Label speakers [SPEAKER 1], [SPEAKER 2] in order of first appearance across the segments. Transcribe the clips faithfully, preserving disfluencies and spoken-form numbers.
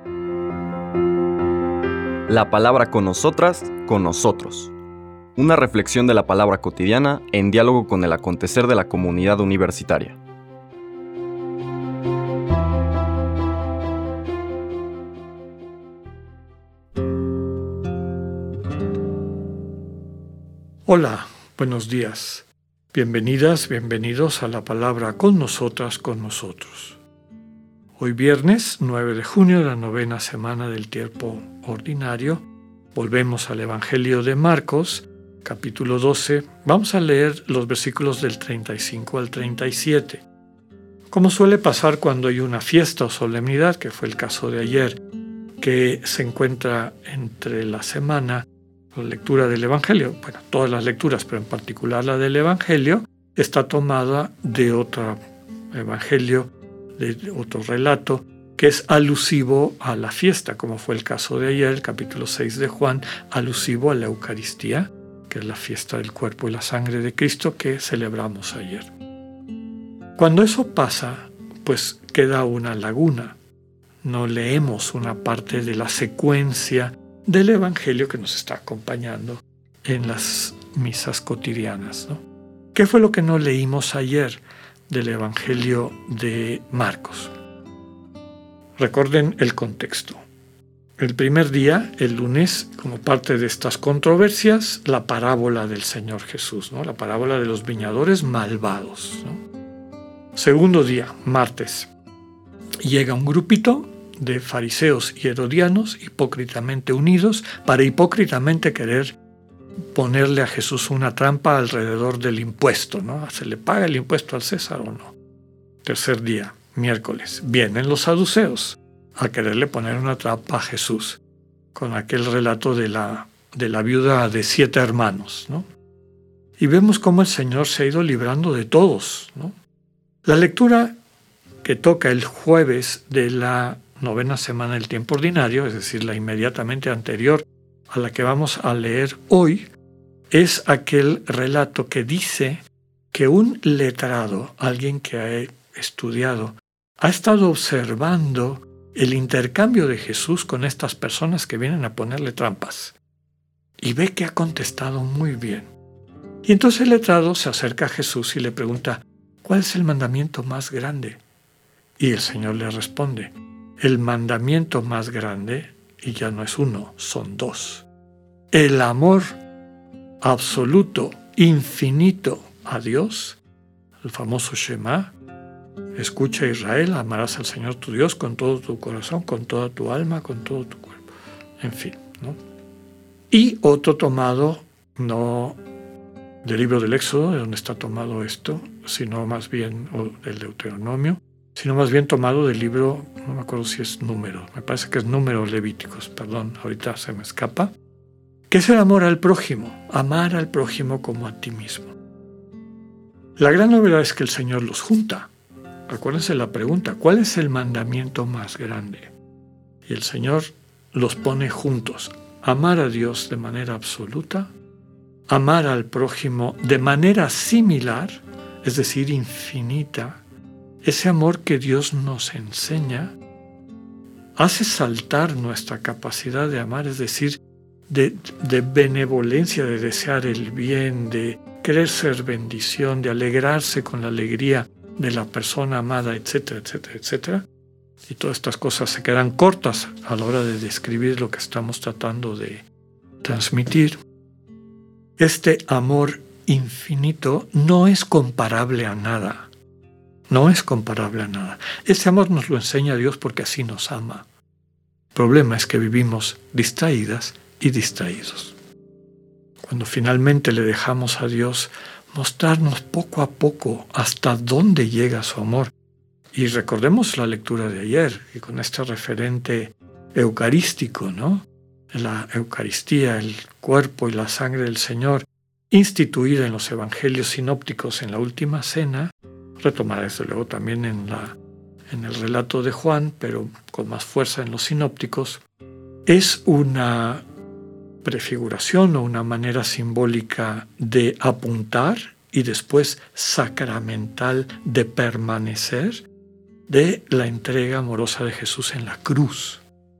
[SPEAKER 1] La palabra con nosotras, con nosotros. Una reflexión de la palabra cotidiana en diálogo con el acontecer de la comunidad universitaria.
[SPEAKER 2] Hola, buenos días. Bienvenidas, bienvenidos a la palabra con nosotras, con nosotros. Hoy viernes nueve de junio de la novena semana del tiempo ordinario, volvemos al Evangelio de Marcos, capítulo doce. Vamos a leer los versículos del treinta y cinco al treinta y siete. Como suele pasar cuando hay una fiesta o solemnidad, que fue el caso de ayer, que se encuentra entre la semana, la lectura del Evangelio, bueno, todas las lecturas, pero en particular la del Evangelio, está tomada de otro Evangelio, de otro relato, que es alusivo a la fiesta, como fue el caso de ayer, el capítulo seis de Juan, alusivo a la Eucaristía, que es la fiesta del cuerpo y la sangre de Cristo que celebramos ayer. Cuando eso pasa, pues queda una laguna. No leemos una parte de la secuencia del Evangelio que nos está acompañando en las misas cotidianas, ¿no? ¿Qué fue lo que no leímos ayer del Evangelio de Marcos? Recuerden el contexto. El primer día, el lunes, como parte de estas controversias, la parábola del Señor Jesús, ¿no? La parábola de los viñadores malvados, ¿no? Segundo día, martes, llega un grupito de fariseos y herodianos hipócritamente unidos para hipócritamente querer ponerle a Jesús una trampa alrededor del impuesto, ¿no? ¿Se le paga el impuesto al César o no? Tercer día, miércoles, vienen los saduceos a quererle poner una trampa a Jesús con aquel relato de la, de la viuda de siete hermanos, ¿no? Y vemos cómo el Señor se ha ido librando de todos, ¿no? La lectura que toca el jueves de la novena semana del tiempo ordinario, es decir, la inmediatamente anterior a la que vamos a leer hoy, es aquel relato que dice que un letrado, alguien que ha estudiado, ha estado observando el intercambio de Jesús con estas personas que vienen a ponerle trampas y ve que ha contestado muy bien. Y entonces el letrado se acerca a Jesús y le pregunta, ¿cuál es el mandamiento más grande? Y el Señor le responde, el mandamiento más grande, y ya no es uno, son dos. El amor absoluto, infinito a Dios, el famoso Shema, escucha Israel, amarás al Señor tu Dios con todo tu corazón, con toda tu alma, con todo tu cuerpo. En fin, ¿no? Y otro tomado, no del libro del Éxodo, de donde está tomado esto, sino más bien, o del Deuteronomio, sino más bien tomado del libro, no me acuerdo si es Número, me parece que es Números Levíticos, perdón, ahorita se me escapa, que es el amor al prójimo, amar al prójimo como a ti mismo. La gran novedad es que el Señor los junta. Acuérdense la pregunta, ¿cuál es el mandamiento más grande? Y el Señor los pone juntos, amar a Dios de manera absoluta, amar al prójimo de manera similar, es decir, infinita. Ese amor que Dios nos enseña hace saltar nuestra capacidad de amar, es decir, de, de benevolencia, de desear el bien, de querer ser bendición, de alegrarse con la alegría de la persona amada, etcétera, etcétera, etcétera. Y todas estas cosas se quedan cortas a la hora de describir lo que estamos tratando de transmitir. Este amor infinito no es comparable a nada. No es comparable a nada. Ese amor nos lo enseña Dios porque así nos ama. El problema es que vivimos distraídas y distraídos. Cuando finalmente le dejamos a Dios mostrarnos poco a poco hasta dónde llega su amor. Y recordemos la lectura de ayer, y con este referente eucarístico, ¿no? La Eucaristía, el cuerpo y la sangre del Señor, instituida en los evangelios sinópticos en la última cena, retomada desde luego también en, la, en el relato de Juan, pero con más fuerza en los sinópticos, es una prefiguración o una manera simbólica de apuntar y después sacramental de permanecer de la entrega amorosa de Jesús en la cruz.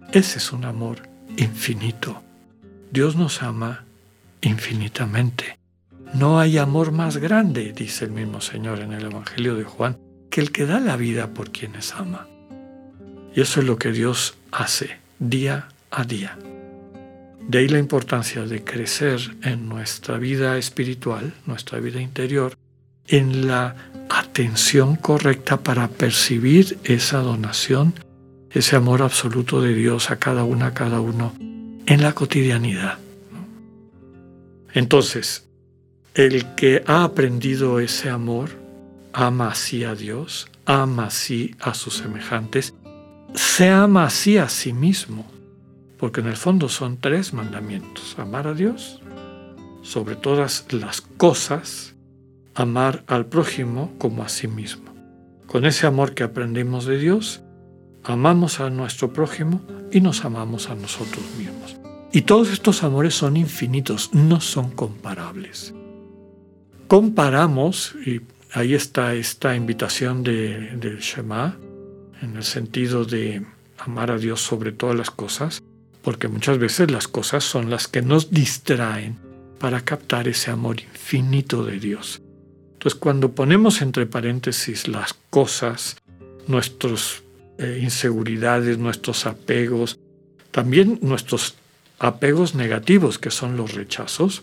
[SPEAKER 2] Ese es un amor infinito. Dios nos ama infinitamente. No hay amor más grande, dice el mismo Señor en el Evangelio de Juan, que el que da la vida por quienes ama. Y eso es lo que Dios hace día a día. De ahí la importancia de crecer en nuestra vida espiritual, nuestra vida interior, en la atención correcta para percibir esa donación, ese amor absoluto de Dios a cada una, a cada uno, en la cotidianidad. Entonces, el que ha aprendido ese amor, ama así a Dios, ama así a sus semejantes, se ama así a sí mismo, porque en el fondo son tres mandamientos: amar a Dios sobre todas las cosas, amar al prójimo como a sí mismo. Con ese amor que aprendemos de Dios, amamos a nuestro prójimo y nos amamos a nosotros mismos. Y todos estos amores son infinitos, no son comparables. Comparamos, y ahí está esta invitación de, del Shema, en el sentido de amar a Dios sobre todas las cosas, porque muchas veces las cosas son las que nos distraen para captar ese amor infinito de Dios. Entonces, cuando ponemos entre paréntesis las cosas, nuestras eh, inseguridades, nuestros apegos, también nuestros apegos negativos, que son los rechazos,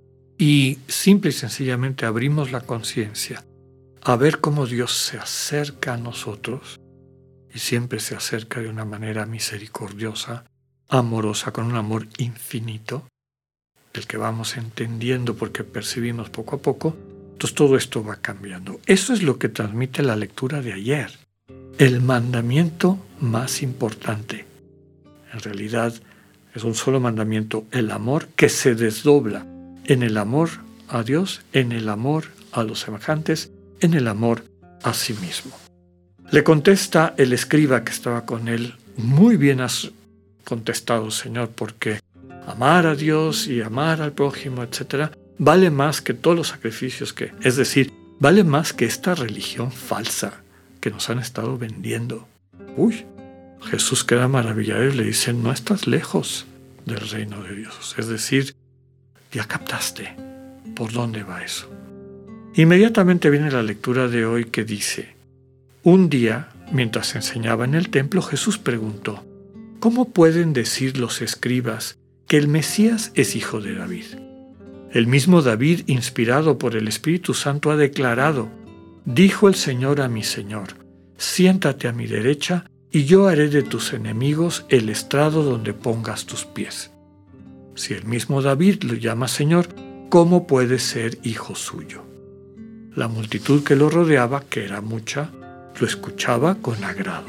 [SPEAKER 2] y simple y sencillamente abrimos la conciencia a ver cómo Dios se acerca a nosotros, y siempre se acerca de una manera misericordiosa, amorosa, con un amor infinito, del que vamos entendiendo porque percibimos poco a poco. Entonces todo esto va cambiando. Eso es lo que transmite la lectura de ayer, el mandamiento más importante. En realidad es un solo mandamiento, el amor, que se desdobla en el amor a Dios, en el amor a los semejantes, en el amor a sí mismo. Le contesta el escriba que estaba con él: muy bien has contestado, Señor, porque amar a Dios y amar al prójimo, etcétera, vale más que todos los sacrificios que, es decir, vale más que esta religión falsa que nos han estado vendiendo. Uy, Jesús queda maravillado y le dice: no estás lejos del reino de Dios. Es decir, ya captaste por dónde va eso. Inmediatamente viene la lectura de hoy que dice: un día, mientras enseñaba en el templo, Jesús preguntó: ¿cómo pueden decir los escribas que el Mesías es hijo de David? El mismo David, inspirado por el Espíritu Santo, ha declarado: dijo el Señor a mi Señor, siéntate a mi derecha y yo haré de tus enemigos el estrado donde pongas tus pies. Si el mismo David lo llama Señor, ¿cómo puede ser hijo suyo? La multitud que lo rodeaba, que era mucha, lo escuchaba con agrado.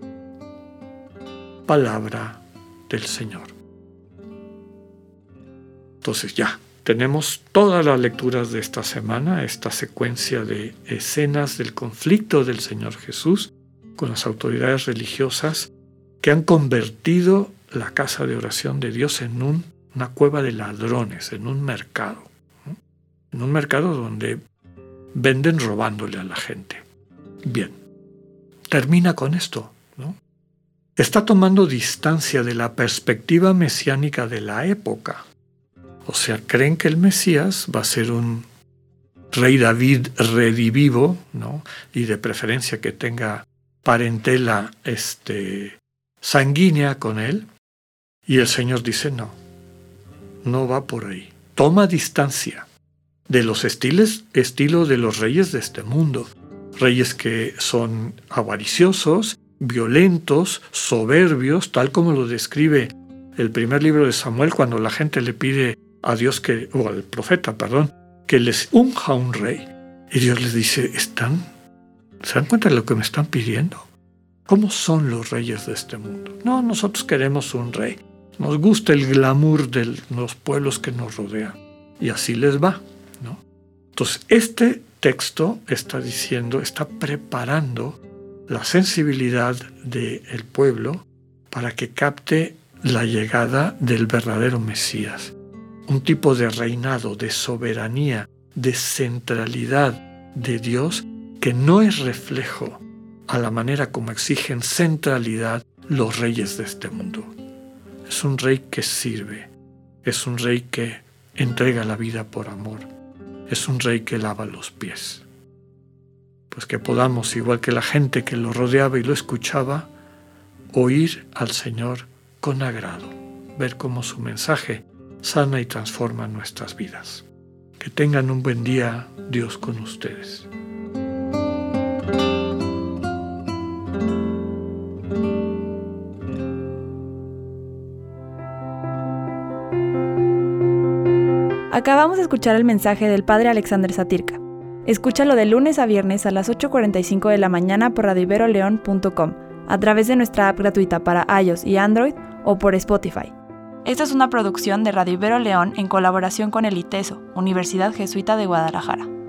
[SPEAKER 2] Palabra del Señor. Entonces ya tenemos todas las lecturas de esta semana, esta secuencia de escenas del conflicto del Señor Jesús con las autoridades religiosas que han convertido la casa de oración de Dios en un, una cueva de ladrones, en un mercado, ¿no? En un mercado donde venden robándole a la gente. Bien, termina con esto, ¿no? Está tomando distancia de la perspectiva mesiánica de la época. O sea, creen que el Mesías va a ser un rey David redivivo, ¿no? Y de preferencia que tenga parentela este, sanguínea con él. Y el Señor dice: no, no va por ahí. Toma distancia de los estilos, estilos de los reyes de este mundo. Reyes que son avariciosos, violentos, soberbios, tal como lo describe el primer libro de Samuel, cuando la gente le pide a Dios que, o al profeta, perdón, que les unja un rey. Y Dios les dice: ¿están? ¿Se dan cuenta de lo que me están pidiendo? ¿Cómo son los reyes de este mundo? No, nosotros queremos un rey. Nos gusta el glamour de los pueblos que nos rodean. Y así les va, ¿no? Entonces, este texto está diciendo, está preparando la sensibilidad del pueblo para que capte la llegada del verdadero Mesías. Un tipo de reinado, de soberanía, de centralidad de Dios que no es reflejo a la manera como exigen centralidad los reyes de este mundo. Es un rey que sirve. Es un rey que entrega la vida por amor. Es un rey que lava los pies. Pues que podamos, igual que la gente que lo rodeaba y lo escuchaba, oír al Señor con agrado, ver cómo su mensaje sana y transforma nuestras vidas. Que tengan un buen día, Dios con ustedes.
[SPEAKER 3] Acabamos de escuchar el mensaje del Padre Alexander Satirka. Escúchalo de lunes a viernes a las ocho cuarenta y cinco de la mañana por radio ibero león punto com, a través de nuestra app gratuita para iOS y Android o por Spotify. Esta es una producción de Radio Ibero León en colaboración con el ITESO, Universidad Jesuita de Guadalajara.